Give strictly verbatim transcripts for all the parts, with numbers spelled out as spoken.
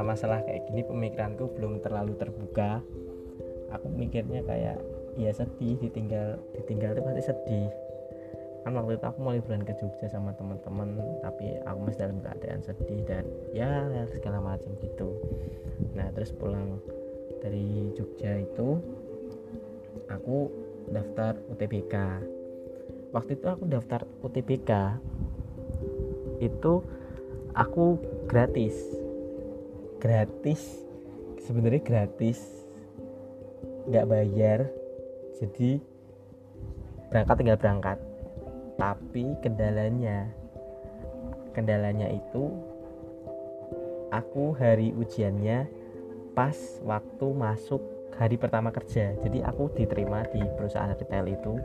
masalah-masalah kayak gini pemikiranku belum terlalu terbuka. Aku mikirnya kayak ya sedih, ditinggal ditinggal itu pasti sedih. Kan waktu itu aku mau liburan ke Jogja sama teman-teman, tapi aku masih dalam keadaan sedih dan ya segala macam gitu. Nah terus pulang dari Jogja itu aku daftar U T B K. Waktu itu aku daftar U T B K itu aku gratis gratis sebenarnya gratis, nggak bayar, jadi berangkat tinggal berangkat. Tapi kendalanya kendalanya itu aku hari ujiannya pas waktu masuk hari pertama kerja. Jadi aku diterima di perusahaan retail itu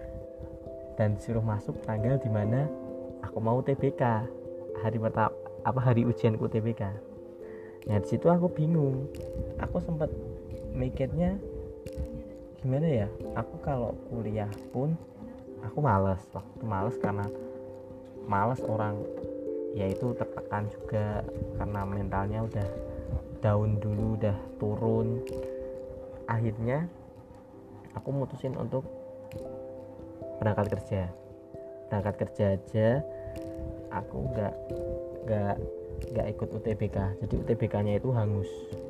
dan disuruh masuk tanggal dimana aku mau U T B K, hari pertama apa hari ujianku U T B K. Nah di situ aku bingung, aku sempat mikirnya gimana ya, aku kalau kuliah pun aku malas, waktu malas karena malas orang yaitu tertekan juga karena mentalnya udah down dulu, udah turun. Akhirnya aku mutusin untuk berangkat kerja berangkat kerja aja. Aku nggak nggak nggak ikut U T B K, jadi U T B K nya itu hangus.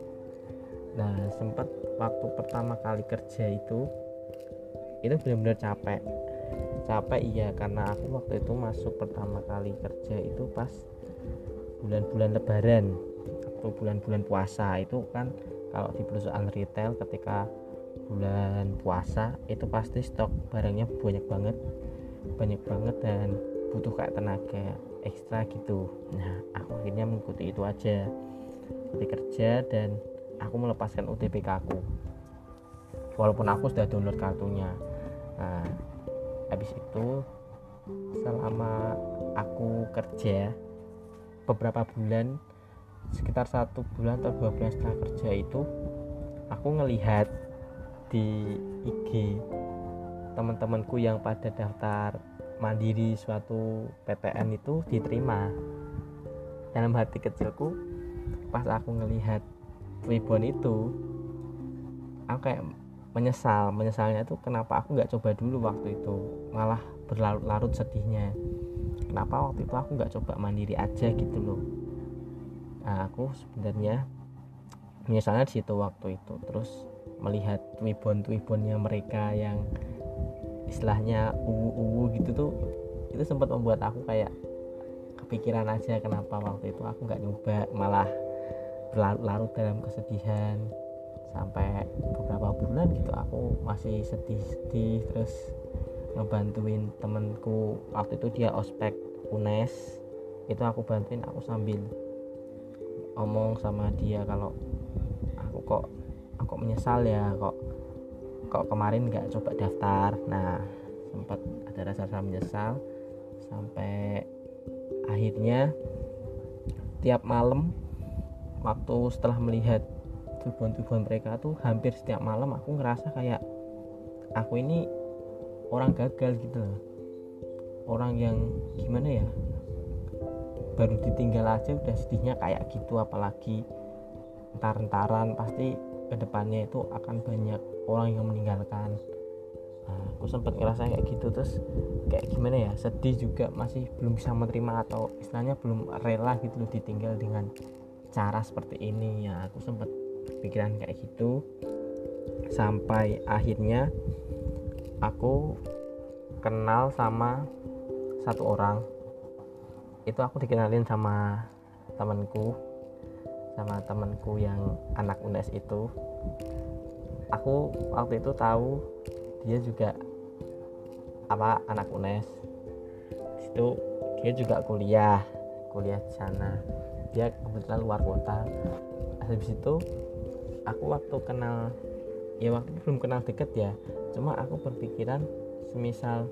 Nah sempat waktu pertama kali kerja itu itu benar-benar capek capek iya, karena aku waktu itu masuk pertama kali kerja itu pas bulan-bulan lebaran atau bulan-bulan puasa. Itu kan kalau di perusahaan retail ketika bulan puasa itu pasti stok barangnya banyak banget banyak banget dan butuh kayak tenaga ekstra gitu. Nah aku akhirnya mengikuti itu aja, ikuti kerja, dan aku melepaskan U T B K aku walaupun aku sudah download kartunya. Nah habis itu selama aku kerja beberapa bulan, sekitar satu bulan atau dua bulan setelah kerja itu, aku ngelihat di I G teman-temanku yang pada daftar mandiri suatu P T N itu diterima. Dalam hati kecilku pas aku ngelihat ribbon itu, aku kayak menyesal menyesalnya itu kenapa aku nggak coba dulu waktu itu, malah berlarut-larut sedihnya. Kenapa waktu itu aku nggak coba mandiri aja gitu loh. Nah, aku sebenarnya menyesalnya di situ waktu itu. Terus melihat ribbon-ribbonnya mereka yang istilahnya uwu-uwu gitu tuh, itu sempat membuat aku kayak kepikiran aja kenapa waktu itu aku nggak nyoba, malah berlarut-larut dalam kesedihan. Sampai beberapa bulan gitu aku masih sedih-sedih, terus ngebantuin temenku waktu itu dia ospek U N E S, itu aku bantuin, aku sambil ngomong sama dia kalau aku kok aku menyesal ya, kok kok kemarin nggak coba daftar. Nah sempat ada rasa-rasa menyesal sampai akhirnya tiap malam waktu setelah melihat tujuan-tujuan mereka tuh, hampir setiap malam aku ngerasa kayak aku ini orang gagal gitu loh, orang yang gimana ya, baru ditinggal aja udah sedihnya kayak gitu, apalagi entar-entaran pasti kedepannya itu akan banyak orang yang meninggalkan. Nah, aku sempat ngerasa kayak gitu, terus kayak gimana ya, sedih juga, masih belum bisa menerima atau istilahnya belum rela gitu loh ditinggal dengan cara seperti ini ya. Aku sempat pikiran kayak gitu sampai akhirnya aku kenal sama satu orang. Itu aku dikenalin sama temanku sama temanku yang anak U N E S itu. Aku waktu itu tahu dia juga apa anak U N E S. Di situ dia juga kuliah kuliah di sana. Dia kebetulan luar kota. Habis itu aku waktu kenal, ya waktu itu belum kenal deket ya, cuma aku berpikiran semisal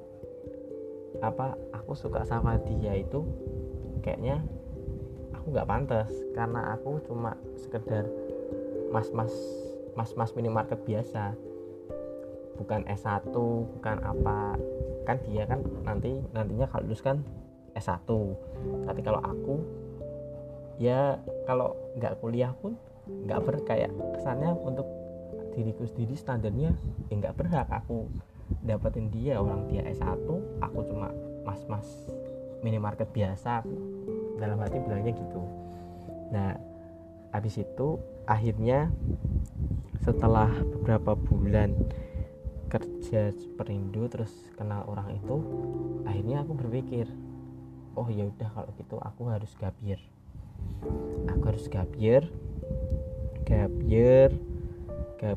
apa aku suka sama dia itu kayaknya aku nggak pantas, karena aku cuma sekedar mas-mas mas-mas minimarket biasa, bukan S satu, bukan apa. Kan dia kan nanti nantinya kalau lulus kan S satu, tapi kalau aku ya kalau nggak kuliah pun nggak ber kayak kesannya untuk diriku sendiri standarnya ya nggak berhak aku dapetin dia. Orang dia S satu, aku cuma mas-mas minimarket biasa, aku dalam hati bilangnya gitu. Nah habis itu akhirnya setelah beberapa bulan kerja Superindo terus kenal orang itu, akhirnya aku berpikir, oh ya udah kalau gitu aku harus gap year. Aku harus gap year, gap year, gap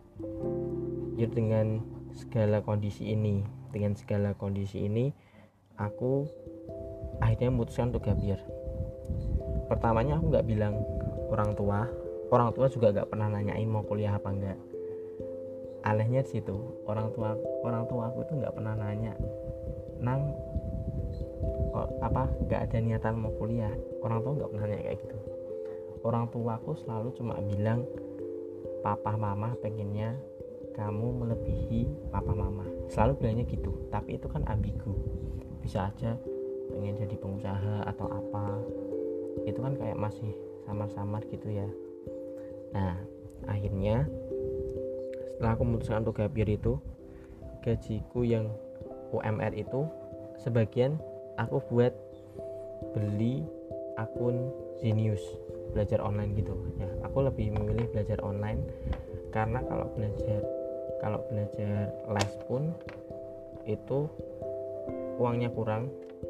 year dengan segala kondisi ini, dengan segala kondisi ini, aku akhirnya memutuskan untuk gap year. Pertamanya aku nggak bilang orang tua, orang tua juga nggak pernah nanyain mau kuliah apa enggak. Anehnya di situ, orang tua orang tua aku tuh nggak pernah nanya, nang oh, apa nggak ada niatan mau kuliah. Orang tua nggak pernah nanya kayak gitu. Orang tua aku selalu cuma bilang, papa mama pengennya kamu melebihi papa mama, selalu bilangnya gitu. Tapi itu kan ambigu, bisa aja pengen jadi pengusaha atau apa, itu kan kayak masih samar-samar gitu ya. Nah akhirnya setelah aku memutuskan untuk gap year itu, gajiku yang U M R itu sebagian aku buat beli akun Zenius, belajar online gitu ya. Aku lebih memilih belajar online karena kalau belajar kalau belajar les pun itu uangnya kurang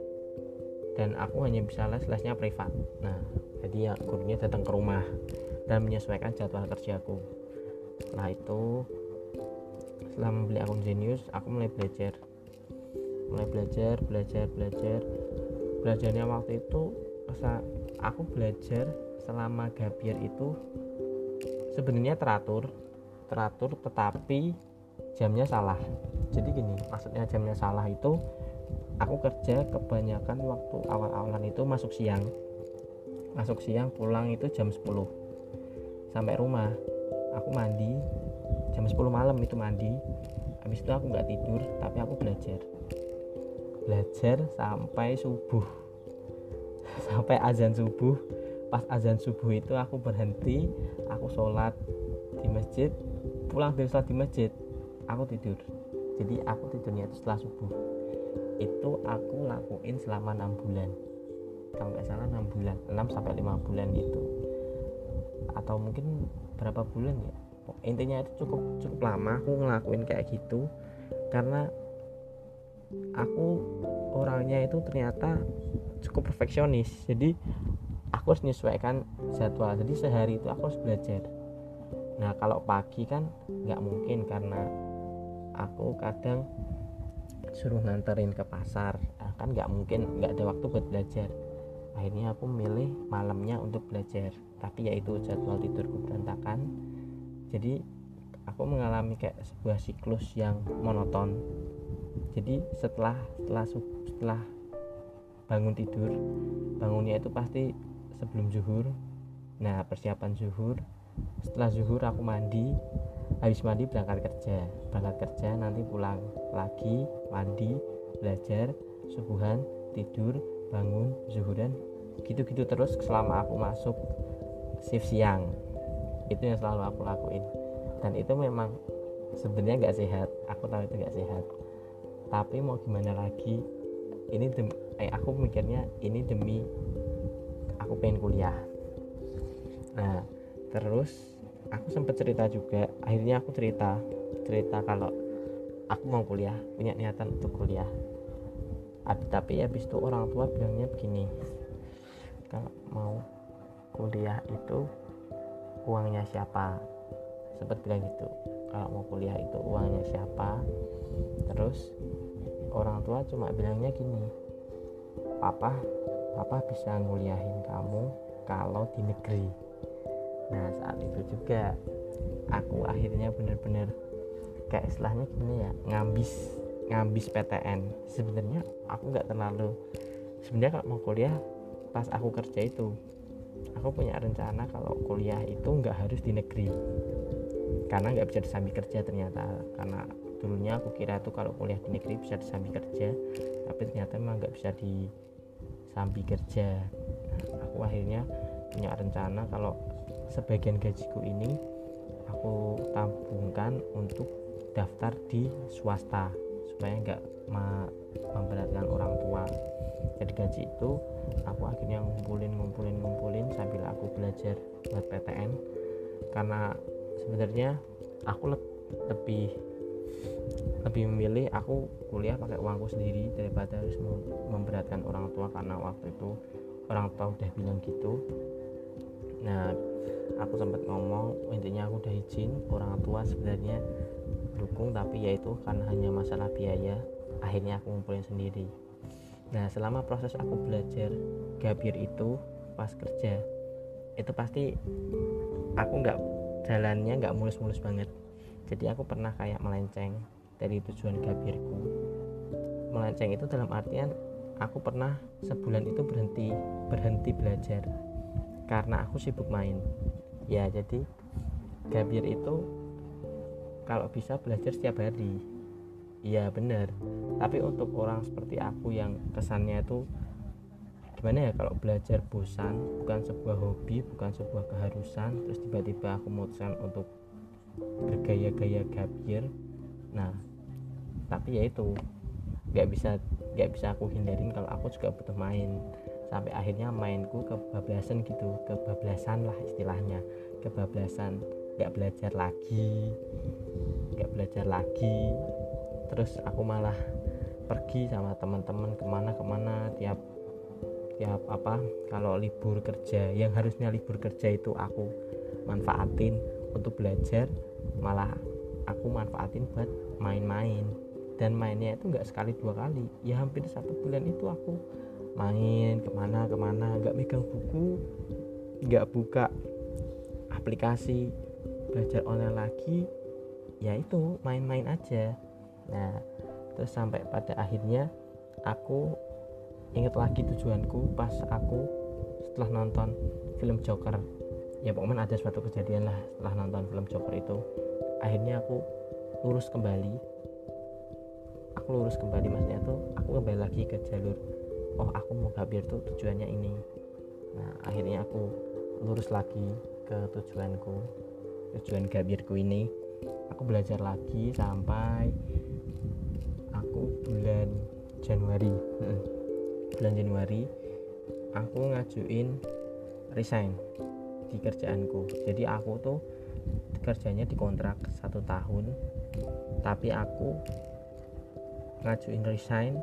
dan aku hanya bisa les lesnya privat. Nah jadi ya gurunya datang ke rumah dan menyesuaikan jadwal kerjaku. Setelah itu, setelah membeli akun Zenius, aku mulai belajar mulai belajar belajar belajar belajarnya waktu itu aku belajar selama gap year itu sebenarnya teratur teratur tetapi jamnya salah. Jadi gini, maksudnya jamnya salah itu aku kerja kebanyakan waktu awal-awalan itu masuk siang masuk siang pulang itu jam sepuluh. Sampai rumah aku mandi jam sepuluh malam itu mandi. Habis itu aku nggak tidur tapi aku belajar belajar sampai subuh sampai azan subuh. Pas azan subuh itu aku berhenti, aku sholat di masjid, pulang dari sholat di masjid aku tidur. Jadi aku tidurnya itu setelah subuh. Itu aku lakuin selama enam bulan, kalau nggak salah enam bulan, enam sampai lima bulan itu, atau mungkin berapa bulan ya, intinya itu cukup cukup lama aku ngelakuin kayak gitu. Karena aku orangnya itu ternyata cukup perfeksionis, jadi aku harus menyesuaikan jadwal. Jadi sehari itu aku harus belajar. Nah kalau pagi kan nggak mungkin karena aku kadang suruh nganterin ke pasar, nah, kan nggak mungkin, nggak ada waktu buat belajar. Akhirnya aku milih malamnya untuk belajar, tapi yaitu jadwal tidurku berantakan. Jadi aku mengalami kayak sebuah siklus yang monoton. Jadi setelah setelah setelah bangun tidur, bangunnya itu pasti sebelum zuhur. Nah persiapan zuhur, setelah zuhur aku mandi, habis mandi berangkat kerja berangkat kerja nanti pulang lagi, mandi, belajar, subuhan, tidur, bangun, zuhuran, gitu-gitu terus selama aku masuk shift siang. Itu yang selalu aku lakuin, dan itu memang sebenarnya nggak sehat. Aku tahu itu nggak sehat, tapi mau gimana lagi, ini demi, eh, aku mikirnya ini demi aku pengen kuliah. Nah terus aku sempat cerita juga, akhirnya aku cerita cerita kalau aku mau kuliah, punya niatan untuk kuliah. Tapi habis itu orang tua bilangnya begini, kalau mau kuliah itu uangnya siapa, sempat bilang gitu, kalau mau kuliah itu uangnya siapa. Terus orang tua cuma bilangnya gini, papa papa bisa nguliahin kamu kalau di negeri. Nah saat itu juga aku akhirnya benar-benar kayak istilahnya gini ya, ngambis ngambis P T N. Sebenarnya aku nggak terlalu, sebenarnya kalau mau kuliah pas aku kerja itu aku punya rencana kalau kuliah itu nggak harus di negeri, karena nggak bisa disambi kerja ternyata. Karena dulunya aku kira tuh kalau kuliah di negeri bisa disambi kerja, tapi ternyata memang nggak bisa disambi kerja. Nah, aku akhirnya punya rencana kalau sebagian gajiku ini aku tabungkan untuk daftar di swasta supaya nggak memberatkan orang tua. Jadi gaji itu aku akhirnya ngumpulin ngumpulin ngumpulin sambil aku belajar buat P T N, karena sebenarnya aku le- lebih lebih memilih aku kuliah pakai uangku sendiri daripada harus memberatkan orang tua, karena waktu itu orang tua udah bilang gitu. Nah aku sempat ngomong, intinya aku udah izin, orang tua sebenarnya dukung, tapi yaitu karena hanya masalah biaya akhirnya aku ngumpulin sendiri. Nah selama proses aku belajar gapir itu, pas kerja itu pasti aku nggak jalannya nggak mulus-mulus banget. Jadi aku pernah kayak melenceng dari tujuan gapirku. Melenceng itu dalam artian aku pernah sebulan itu berhenti berhenti belajar karena aku sibuk main. Ya jadi gapir itu kalau bisa belajar setiap hari. Iya benar. Tapi untuk orang seperti aku yang kesannya itu gimana ya, kalau belajar bosan, bukan sebuah hobi, bukan sebuah keharusan, terus tiba-tiba aku memutuskan untuk bergaya-gaya gapir. Nah tapi ya itu nggak bisa nggak bisa aku hindarin kalau aku juga butuh main. Sampai akhirnya mainku kebablasan gitu, kebablasan lah istilahnya, kebablasan, nggak belajar lagi nggak belajar lagi terus aku malah pergi sama teman-teman kemana-kemana. tiap tiap apa kalau libur kerja, yang harusnya libur kerja itu aku manfaatin untuk belajar, malah aku manfaatin buat main-main. Dan mainnya itu nggak sekali dua kali, ya hampir satu bulan itu aku main kemana-kemana, nggak megang buku, nggak buka aplikasi belajar online lagi, ya itu main-main aja. Nah terus sampai pada akhirnya aku ingat lagi tujuanku pas aku setelah nonton film Joker. Ya pokoknya ada suatu kejadian lah setelah nonton film Joker itu, akhirnya aku lurus kembali aku lurus kembali maksudnya tuh aku kembali lagi ke jalur, oh aku mau gapir tuh tujuannya ini. Nah akhirnya aku lurus lagi ke tujuanku, tujuan gapirku ini. Aku belajar lagi sampai aku bulan Januari bulan Januari aku ngajuin resign di kerjaanku. Jadi aku tuh kerjanya dikontrak satu tahun, tapi aku ngajuin resign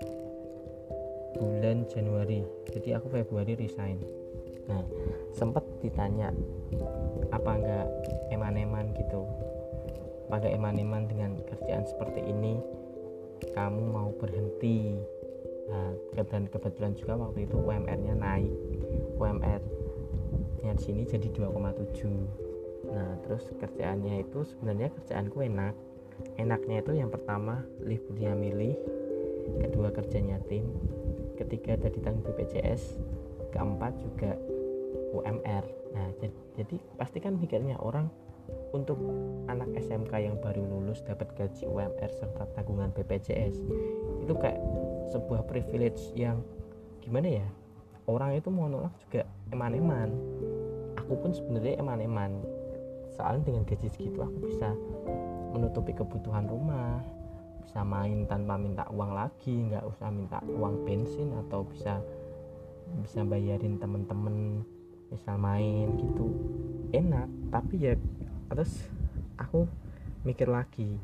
bulan Januari. Jadi aku Februari resign. Nah sempat ditanya apa enggak eman-eman gitu, apa enggak eman-eman dengan kerjaan seperti ini, kamu mau berhenti. Nah dan kebetulan juga waktu itu U M R nya naik, U M R nya di sini jadi dua koma tujuh. Nah terus kerjaannya itu sebenarnya kerjaanku enak. Enaknya itu yang pertama liburnya milih, kedua kerjanya tim, ketiga tadi tanggung B P J S, keempat juga U M R. Nah jadi, jadi pasti kan mikirnya orang untuk anak S M K yang baru lulus dapat gaji U M R serta tanggungan B P J S itu kayak sebuah privilege yang gimana ya, orang itu mau nolak juga eman-eman. Aku pun sebenarnya eman-eman, soalnya dengan gaji segitu aku bisa menutupi kebutuhan rumah, bisa main tanpa minta uang lagi, nggak usah minta uang bensin, atau bisa bisa bayarin temen-temen bisa main gitu, enak. Tapi ya terus aku mikir lagi,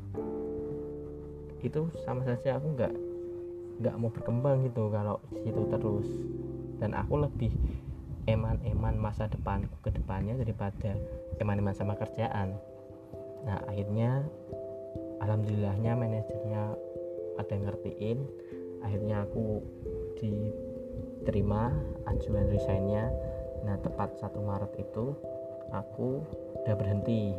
itu sama saja aku nggak nggak mau berkembang gitu kalau di situ terus. Dan aku lebih eman-eman masa depanku ke depannya daripada eman-eman sama kerjaan. Nah akhirnya alhamdulillahnya manajernya pada ngertiin, akhirnya aku diterima ajuan resignnya. Nah tepat satu Maret itu aku udah berhenti.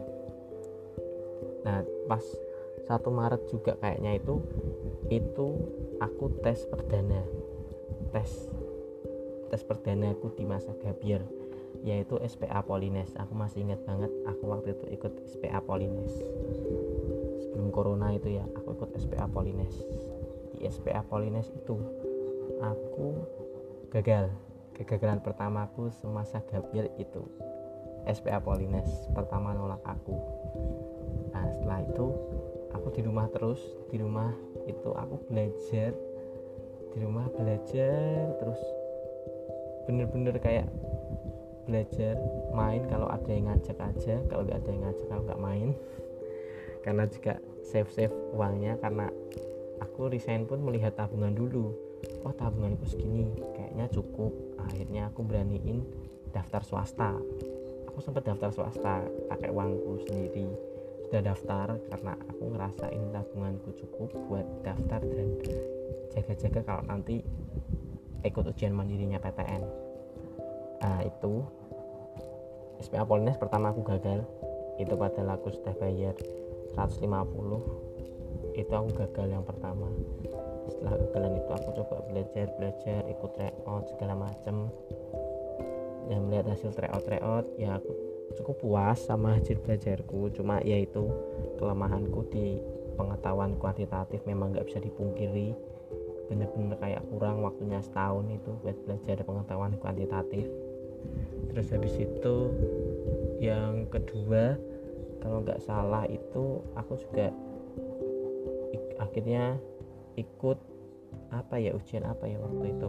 Nah pas satu Maret juga kayaknya itu itu aku tes perdana tes tes perdana aku di masa gapir, yaitu S P A Polines. Aku masih ingat banget, aku waktu itu ikut S P A Polines sebelum corona itu ya. Aku ikut S P A Polines. Di S P A Polines itu aku gagal kegagalan pertamaku semasa gapir itu S P A Polines pertama nolak aku. Nah setelah itu aku di rumah terus, di rumah itu aku belajar, di rumah belajar terus, bener-bener kayak belajar, main kalau ada yang ngajak aja, kalau nggak ada yang ngajak aku nggak main. Karena juga save save uangnya, karena aku resign pun melihat tabungan dulu, oh tabunganku segini kayaknya cukup. Akhirnya aku beraniin daftar swasta. Aku sempat daftar swasta pakai uangku sendiri, sudah daftar karena aku ngerasain tabunganku cukup buat daftar dan jaga-jaga kalau nanti ikut ujian mandirinya P T N. Nah itu S P A Polines pertama aku gagal, itu padahal aku sudah bayar seratus lima puluh, itu aku gagal yang pertama. Setelah kegagalan itu aku coba belajar belajar ikut tryout segala macem, dan melihat hasil tryout tryout ya aku cukup puas sama hasil belajarku. Cuma ya itu kelemahanku di pengetahuan kuantitatif memang nggak bisa dipungkiri, bener-bener kayak kurang waktunya setahun itu buat belajar pengetahuan kuantitatif. Terus habis itu yang kedua kalau nggak salah itu aku juga ik- akhirnya ikut apa ya ujian apa ya waktu itu,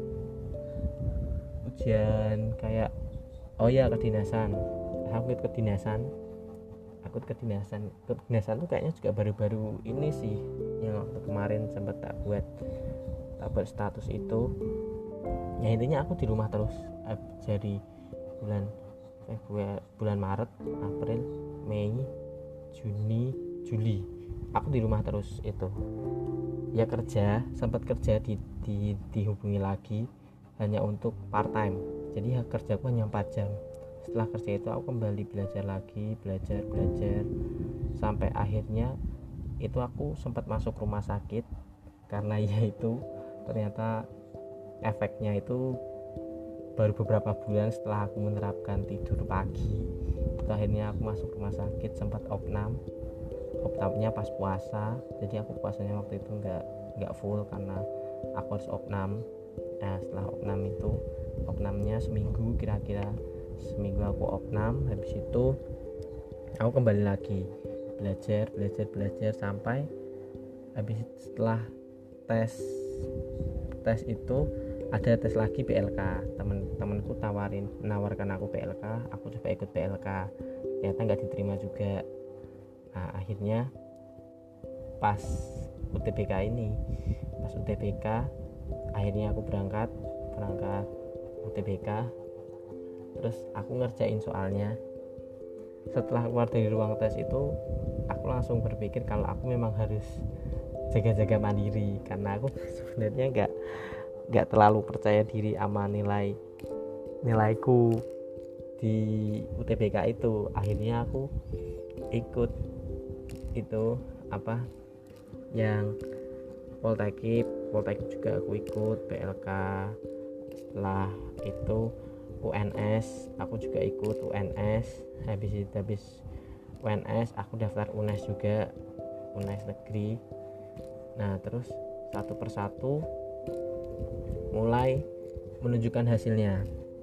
ujian kayak oh ya kedinasan. Aku ikut kedinasan aku ikut kedinasan kedinasan tuh kayaknya juga baru-baru ini sih, yang waktu kemarin sempat tak buat tak buat status itu. Ya intinya aku di rumah terus jadi bulan Februari, bulan Maret, April, Mei, Juni, Juli aku di rumah terus itu. Ya kerja, sempat kerja di, di dihubungi lagi hanya untuk part time, jadi ya kerjaku hanya empat jam. Setelah kerja itu aku kembali belajar lagi, belajar belajar sampai akhirnya itu aku sempat masuk rumah sakit karena ya itu ternyata efeknya itu baru beberapa bulan setelah aku menerapkan tidur pagi. Itu akhirnya aku masuk rumah sakit, sempat opnam. Opnamnya pas puasa, jadi aku puasanya waktu itu nggak nggak full karena aku harus opnam. Nah setelah opnam itu, opnamnya seminggu, kira-kira seminggu aku opnam. Habis itu aku kembali lagi belajar belajar belajar sampai habis. Setelah tes tes itu ada tes lagi B L K, temen-temenku tawarin menawarkan aku B L K, aku coba ikut B L K, ternyata nggak diterima juga. Nah akhirnya pas U T B K ini pas U T B K akhirnya aku berangkat berangkat U T B K, terus aku ngerjain soalnya. Setelah keluar dari ruang tes itu aku langsung berpikir kalau aku memang harus jaga-jaga mandiri, karena aku sebenarnya nggak nggak terlalu percaya diri sama nilai nilaiku di U T B K itu. Akhirnya aku ikut itu apa yang Poltekip Poltekip juga aku ikut B L K. Setelah itu U N S aku juga ikut U N S. Habis itu habis U N S aku daftar U N S juga, U N S negeri. Nah terus satu persatu mulai menunjukkan hasilnya.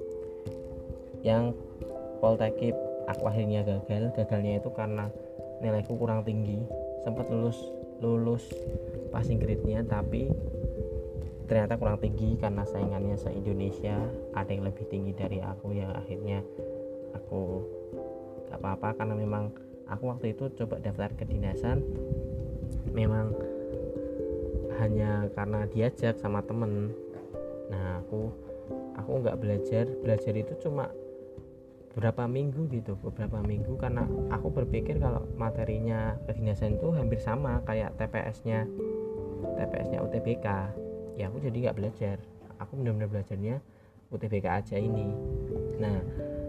Yang Poltekip aku akhirnya gagal. Gagalnya itu karena nilaiku kurang tinggi, sempat lulus lulus passing grade-nya tapi ternyata kurang tinggi karena saingannya se-Indonesia ada yang lebih tinggi dari aku. Ya akhirnya aku gak apa-apa karena memang aku waktu itu coba daftar kedinasan memang hanya karena diajak sama temen. Nah aku aku nggak belajar belajar itu cuma beberapa minggu gitu beberapa minggu karena aku berpikir kalau materinya kedinasan itu hampir sama kayak T P S-nya T P S-nya U T B K. Ya aku jadi nggak belajar, aku benar-benar belajarnya U T B K aja ini. Nah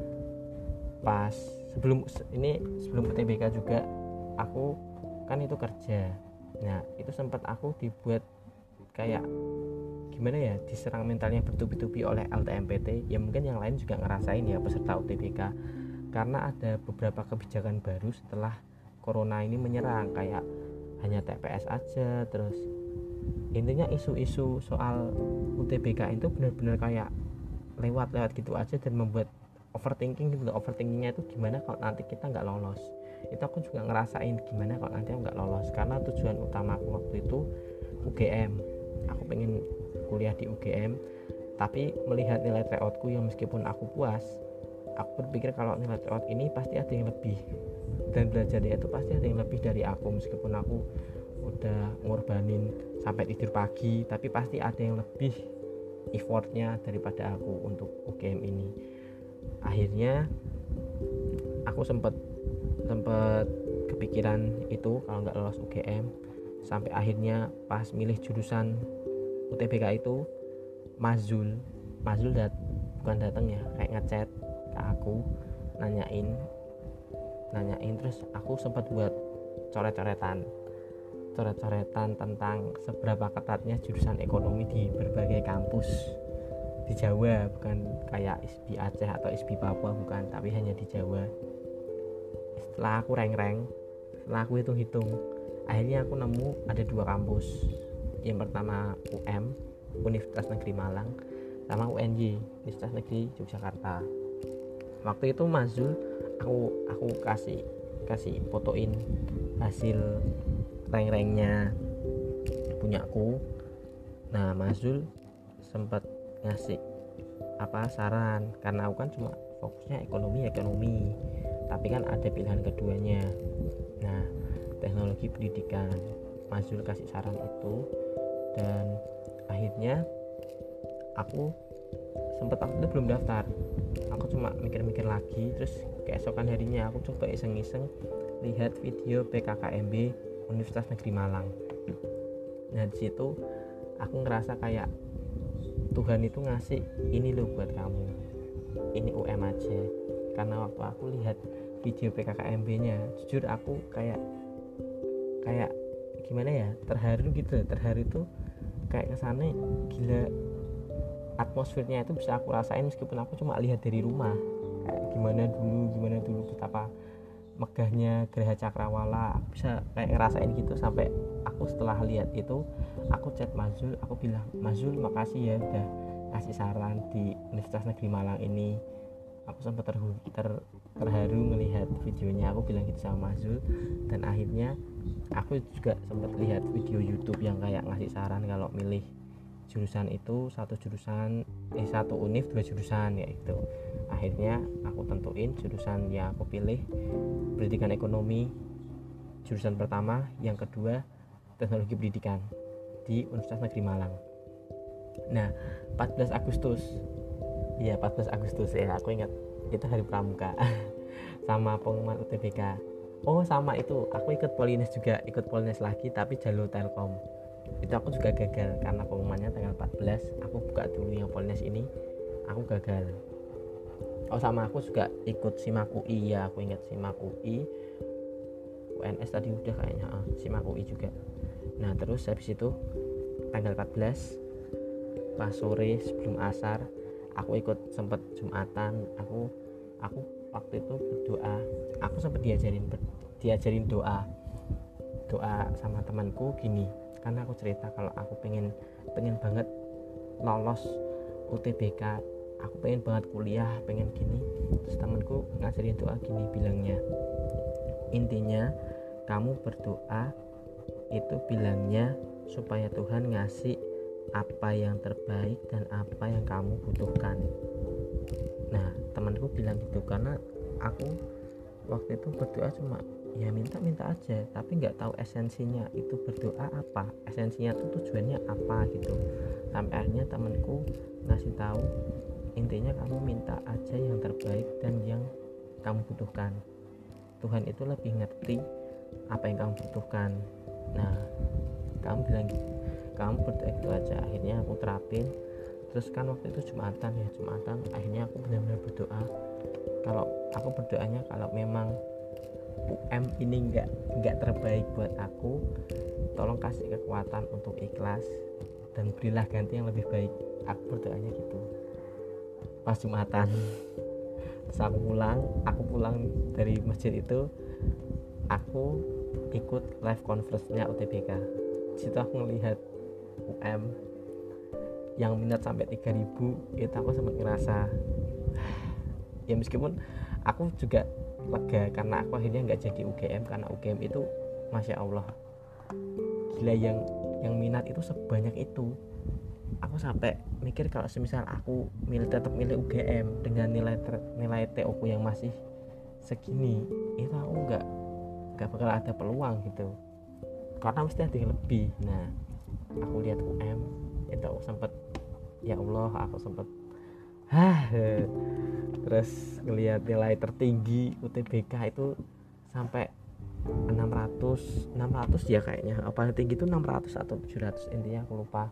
pas sebelum ini sebelum U T B K juga aku kan itu kerja. Nah itu sempat aku dibuat kayak gimana ya, diserang mentalnya bertubi-tubi oleh L T M P T. Ya mungkin yang lain juga ngerasain ya peserta U T B K, karena ada beberapa kebijakan baru setelah corona ini menyerang, kayak hanya T P S aja. Terus intinya isu-isu soal U T B K itu benar-benar kayak lewat-lewat gitu aja dan membuat overthinking gitu. Overthinkingnya itu gimana kalau nanti kita nggak lolos. Itu aku juga ngerasain gimana kalau nanti aku nggak lolos, karena tujuan utama aku waktu itu U G M. Aku pengen kuliah di U G M, tapi melihat nilai tryoutku yang meskipun aku puas, aku berpikir kalau nilai tryout ini pasti ada yang lebih, dan belajarnya itu pasti ada yang lebih dari aku. Meskipun aku udah ngorbanin sampai tidur pagi, tapi pasti ada yang lebih effortnya daripada aku untuk U G M ini. Akhirnya aku sempat sempat kepikiran itu kalau nggak lolos U G M, sampai akhirnya pas milih jurusan U T B K itu Mazul Mazul dat bukan datang ya, kayak ngechat ke aku nanyain nanyain terus aku sempat buat coret-coretan coret-coretan tentang seberapa ketatnya jurusan ekonomi di berbagai kampus di Jawa, bukan kayak I S B Aceh atau I S B Papua, bukan, tapi hanya di Jawa. Setelah aku reng-reng, setelah aku hitung-hitung, akhirnya aku nemu ada dua kampus. Yang pertama U M, Universitas Negeri Malang, sama U N Y, Universitas Negeri Yogyakarta. Waktu itu Mazul aku aku kasih kasih fotoin hasil reng-rengnya punyaku. Nah, Mazul sempat ngasih apa saran, karena aku kan cuma fokusnya ekonomi ekonomi tapi kan ada pilihan keduanya. Nah, teknologi pendidikan. Mazul kasih saran itu, dan akhirnya aku sempat waktu itu belum daftar. Aku cuma mikir-mikir lagi, terus keesokan harinya aku coba iseng-iseng lihat video P K K M B Universitas Negeri Malang. Nah, di situ aku ngerasa kayak Tuhan itu ngasih ini loh buat kamu, ini U M aja. Karena waktu aku lihat video P K K M B-nya, jujur aku kayak kayak gimana ya, terharu gitu. Terharu itu kayak kesana gila, atmosfernya itu bisa aku rasain meskipun aku cuma lihat dari rumah. Kayak gimana dulu gimana dulu betapa megahnya Geraha Cakrawala, aku bisa kayak ngerasain gitu. Sampai aku setelah lihat itu, aku chat Mazul, aku bilang, Mazul makasih ya udah ngasih saran di Universitas Negeri Malang ini. Aku sempat terharu, ter, terharu melihat videonya. Aku bilang gitu sama Mazul, dan akhirnya aku juga sempat lihat video YouTube yang kayak ngasih saran kalau milih jurusan itu satu jurusan eh satu univ dua jurusan, yaitu akhirnya aku tentuin jurusan yang aku pilih pendidikan ekonomi jurusan pertama, yang kedua teknologi pendidikan di Universitas Negeri Malang. Nah, empat belas Agustus, iya empat belas Agustus ya, aku ingat itu hari pramuka sama pengumuman U T B K. Oh sama itu, aku ikut Polines juga, ikut Polines lagi tapi jalur Telkom. Itu aku juga gagal karena pengumumannya tanggal empat belas. Aku buka dulu yang Polines ini, aku gagal. Oh sama aku juga ikut SIMAK U I ya, aku ingat SIMAK U I. U N S tadi udah kayaknya, ah, SIMAK U I juga. Nah terus habis itu tanggal empat belas pas sore sebelum asar, aku ikut sempet Jumatan. Aku aku waktu itu berdoa, aku sempat diajarin diajarin doa doa sama temanku gini, karena aku cerita kalau aku pengen pengen banget lolos U T B K, aku pengen banget kuliah, pengen gini. Terus temanku ngajarin doa gini, bilangnya intinya kamu berdoa itu bilangnya supaya Tuhan ngasih apa yang terbaik dan apa yang kamu butuhkan. Nah temanku bilang gitu karena aku waktu itu berdoa cuma ya minta-minta aja, tapi nggak tahu esensinya itu berdoa apa, esensinya tuh tujuannya apa gitu. Sampai akhirnya temanku ngasih tahu intinya kamu minta aja yang terbaik dan yang kamu butuhkan. Tuhan itu lebih ngerti apa yang kamu butuhkan. Nah kamu bilang gitu, kamu berdoa itu aja. Akhirnya aku terapin. Terus kan waktu itu Jumatan ya, Jumatan akhirnya aku benar-benar berdoa, kalau aku berdoanya kalau memang U M ini enggak enggak terbaik buat aku, tolong kasih kekuatan untuk ikhlas dan berilah ganti yang lebih baik. Aku berdoanya gitu pas Jumatan. Terus aku pulang aku pulang dari masjid itu, aku ikut live conference-nya U T B K. Di situ aku ngelihat U M yang minat sampai tiga ribu itu aku sempat ngerasa ya, meskipun aku juga lega karena aku akhirnya nggak jadi U G M, karena U G M itu masya Allah gila, yang yang minat itu sebanyak itu. Aku sampai mikir kalau semisal aku milih tetap milih U G M dengan nilai ter, nilai T O ku yang masih segini, itu aku nggak nggak bakal ada peluang gitu, karena mesti ada yang lebih. Nah aku lihat U M itu aku sempet, ya Allah aku sempet hah terus ngelihat nilai tertinggi U T B K itu sampai enam ratus enam ratus ya kayaknya, apa tinggi itu enam ratus atau tujuh ratus, intinya aku lupa.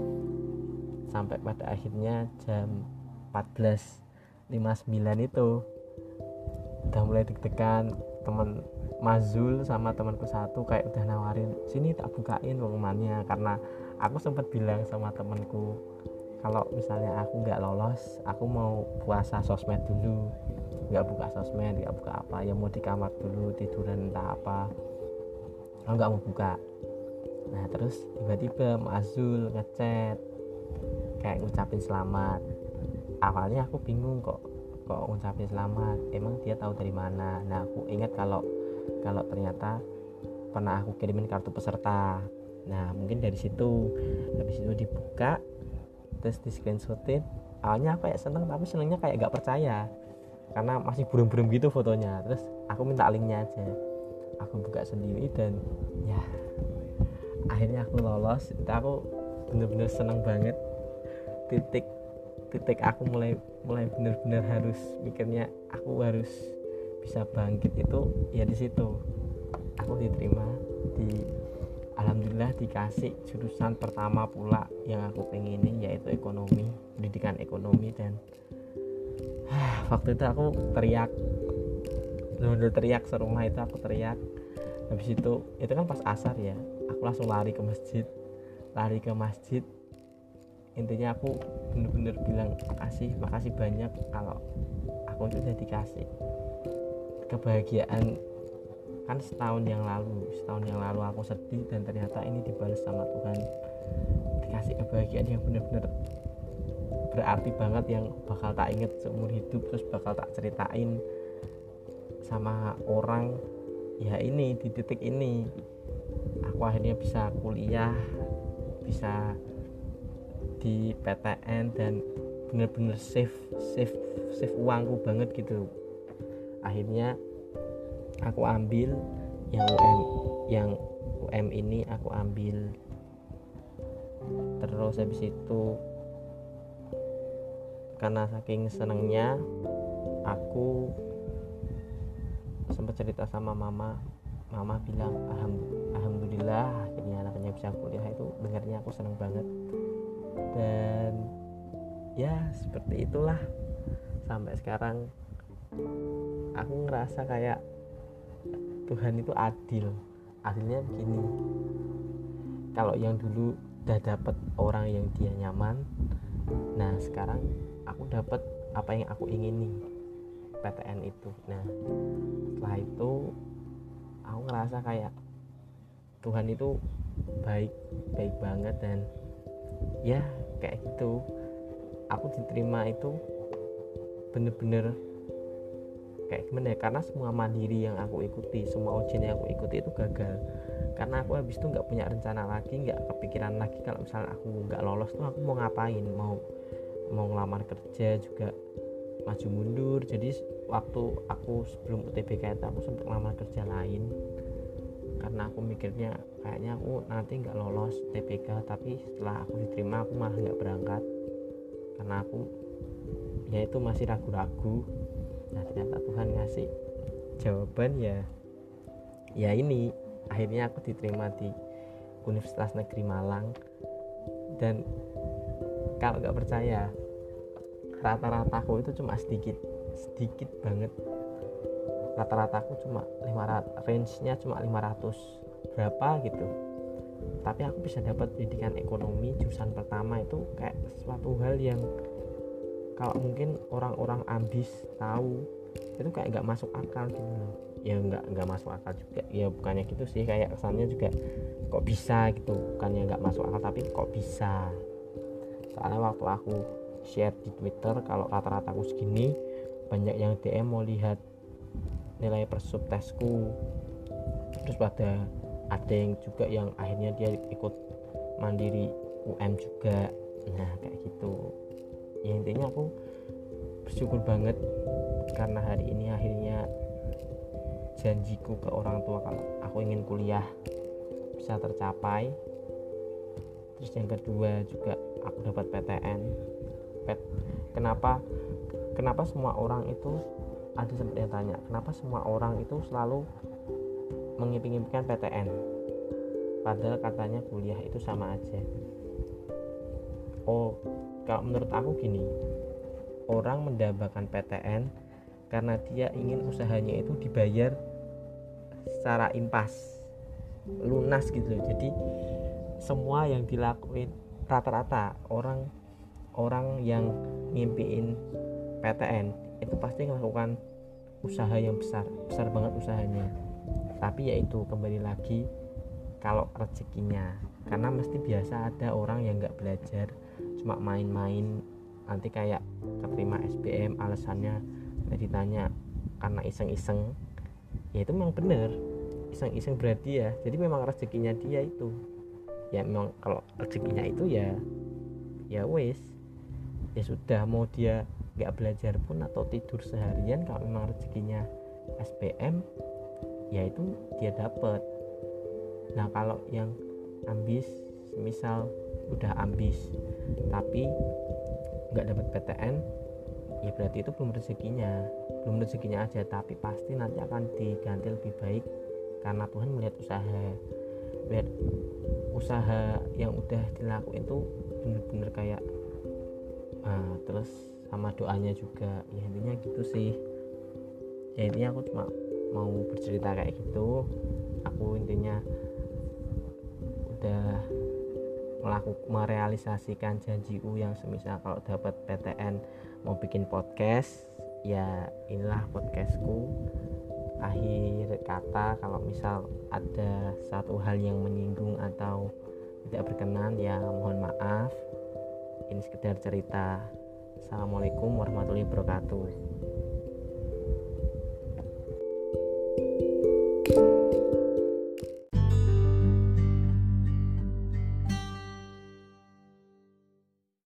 Sampai pada akhirnya jam empat belas lima puluh sembilan itu udah mulai deg-degan, teman Mazul sama temanku satu kayak udah nawarin, sini tak bukain pengumumannya, karena aku sempat bilang sama temanku kalau misalnya aku nggak lolos aku mau puasa sosmed dulu, nggak buka sosmed, nggak buka apa ya, mau di kamar dulu tiduran entah apa, aku nggak mau buka. Nah terus tiba-tiba Mazul ngechat kayak ngucapin selamat. Awalnya aku bingung kok kok ngucapin selamat, emang dia tahu dari mana. Nah aku ingat kalau kalau ternyata pernah aku kirimin kartu peserta. Nah mungkin dari situ, habis itu dibuka terus di screenshotin. Awalnya aku kayak seneng, tapi senengnya kayak gak percaya karena masih buram-buram gitu fotonya. Terus aku minta linknya aja, aku buka sendiri dan ya akhirnya aku lolos. Itu aku bener-bener seneng banget. Titik titik aku mulai mulai bener-bener harus mikirnya aku harus bisa bangkit itu ya di situ. Aku diterima di, alhamdulillah dikasih jurusan pertama pula yang aku pengenin, yaitu ekonomi, pendidikan ekonomi. Dan ah, waktu itu aku teriak, bener-bener teriak serumah itu, aku teriak. Habis itu itu kan pas asar ya, aku langsung lari ke masjid lari ke masjid intinya aku bener-bener bilang makasih makasih banyak kalau aku itu udah dikasih kebahagiaan. Kan setahun yang lalu setahun yang lalu aku sedih dan ternyata ini dibalas sama Tuhan, dikasih kebahagiaan yang benar-benar berarti banget, yang bakal tak inget seumur hidup, terus bakal tak ceritain sama orang. Ya ini di titik ini aku akhirnya bisa kuliah, bisa di P T N dan bener-bener save save save uangku banget gitu. Akhirnya aku ambil yang U M, yang U M ini aku ambil. Terus habis itu karena saking senengnya aku sempat cerita sama mama. Mama bilang alhamdulillah akhirnya anaknya bisa kuliah. Itu dengarnya aku seneng banget. Dan ya seperti itulah sampai sekarang aku ngerasa kayak Tuhan itu adil. Adilnya begini, kalau yang dulu udah dapet orang yang dia nyaman, nah sekarang aku dapat apa yang aku ingini, P T N itu. Nah setelah itu aku ngerasa kayak Tuhan itu baik baik banget. Dan ya kayak gitu, aku diterima itu bener-bener kayak gimana ya, karena semua mandiri yang aku ikuti, semua ujian yang aku ikuti itu gagal. Karena aku habis itu nggak punya rencana lagi, nggak kepikiran lagi kalau misalnya aku nggak lolos tuh aku mau ngapain, mau mau ngelamar kerja juga maju mundur. Jadi waktu aku sebelum U T B K itu aku sempat ngelamar kerja lain karena aku mikirnya kayaknya aku nanti nggak lolos U T B K. Tapi setelah aku diterima aku malah nggak berangkat karena aku ya itu masih ragu-ragu. Nah ternyata Tuhan ngasih jawaban, ya ya ini akhirnya aku diterima di Universitas Negeri Malang. Dan kalau nggak percaya, rata-rataku itu cuma sedikit sedikit banget. Rata-rataku cuma lima ratus, range-nya cuma lima ratus berapa gitu. Tapi aku bisa dapat pendidikan ekonomi jurusan pertama, itu kayak sesuatu hal yang kalau mungkin orang-orang ambis tahu itu kayak nggak masuk akal gitu loh. Ya nggak nggak masuk akal juga, ya bukannya gitu sih, kayak kesannya juga kok bisa gitu, bukannya nggak masuk akal tapi kok bisa. Soalnya waktu aku share di Twitter kalau rata-rata aku segini, banyak yang D M mau lihat nilai per sub tesku. Terus pada ada yang juga yang akhirnya dia ikut mandiri U M juga. Nah kayak gitu ya, intinya aku bersyukur banget karena hari ini akhirnya janjiku ke orang tua kalau aku ingin kuliah bisa tercapai. Terus yang kedua juga aku dapat P T N. Pet, kenapa kenapa semua orang itu, ada sempat yang tanya kenapa semua orang itu selalu mengimpi-impikan P T N padahal katanya kuliah itu sama aja. Oh, kalau menurut aku gini, orang mendambakan P T N karena dia ingin usahanya itu dibayar secara impas, lunas gitu loh. Jadi semua yang dilakuin rata-rata orang orang yang ngimpiin P T N itu pasti melakukan usaha yang besar, besar banget usahanya. Tapi yaitu kembali lagi kalau rezekinya, karena mesti biasa ada orang yang nggak belajar cuma main-main, nanti kayak keterima S B M alasannya ditanya karena iseng-iseng. Ya itu memang bener, iseng-iseng berarti ya, jadi memang rezekinya dia itu ya, memang kalau rezekinya itu ya ya wes, ya sudah, mau dia nggak belajar pun atau tidur seharian, kalau memang rezekinya S B M ya itu dia dapat. Nah kalau yang ambis, misal udah ambis tapi nggak dapat P T N, ya berarti itu belum rezekinya, belum rezekinya aja, tapi pasti nanti akan diganti lebih baik karena Tuhan melihat usaha, melihat usaha yang udah dilakuin tuh bener-bener kayak uh, terus sama doanya juga. Ya intinya gitu sih, ya intinya aku cuma mau bercerita kayak gitu. Aku intinya udah melakukan merealisasikan janjiku yang semisal kalau dapat P T N mau bikin podcast. Ya inilah podcastku. Akhir kata, kalau misal ada satu hal yang menyinggung atau tidak berkenan ya mohon maaf. Ini sekedar cerita. Assalamualaikum warahmatullahi wabarakatuh.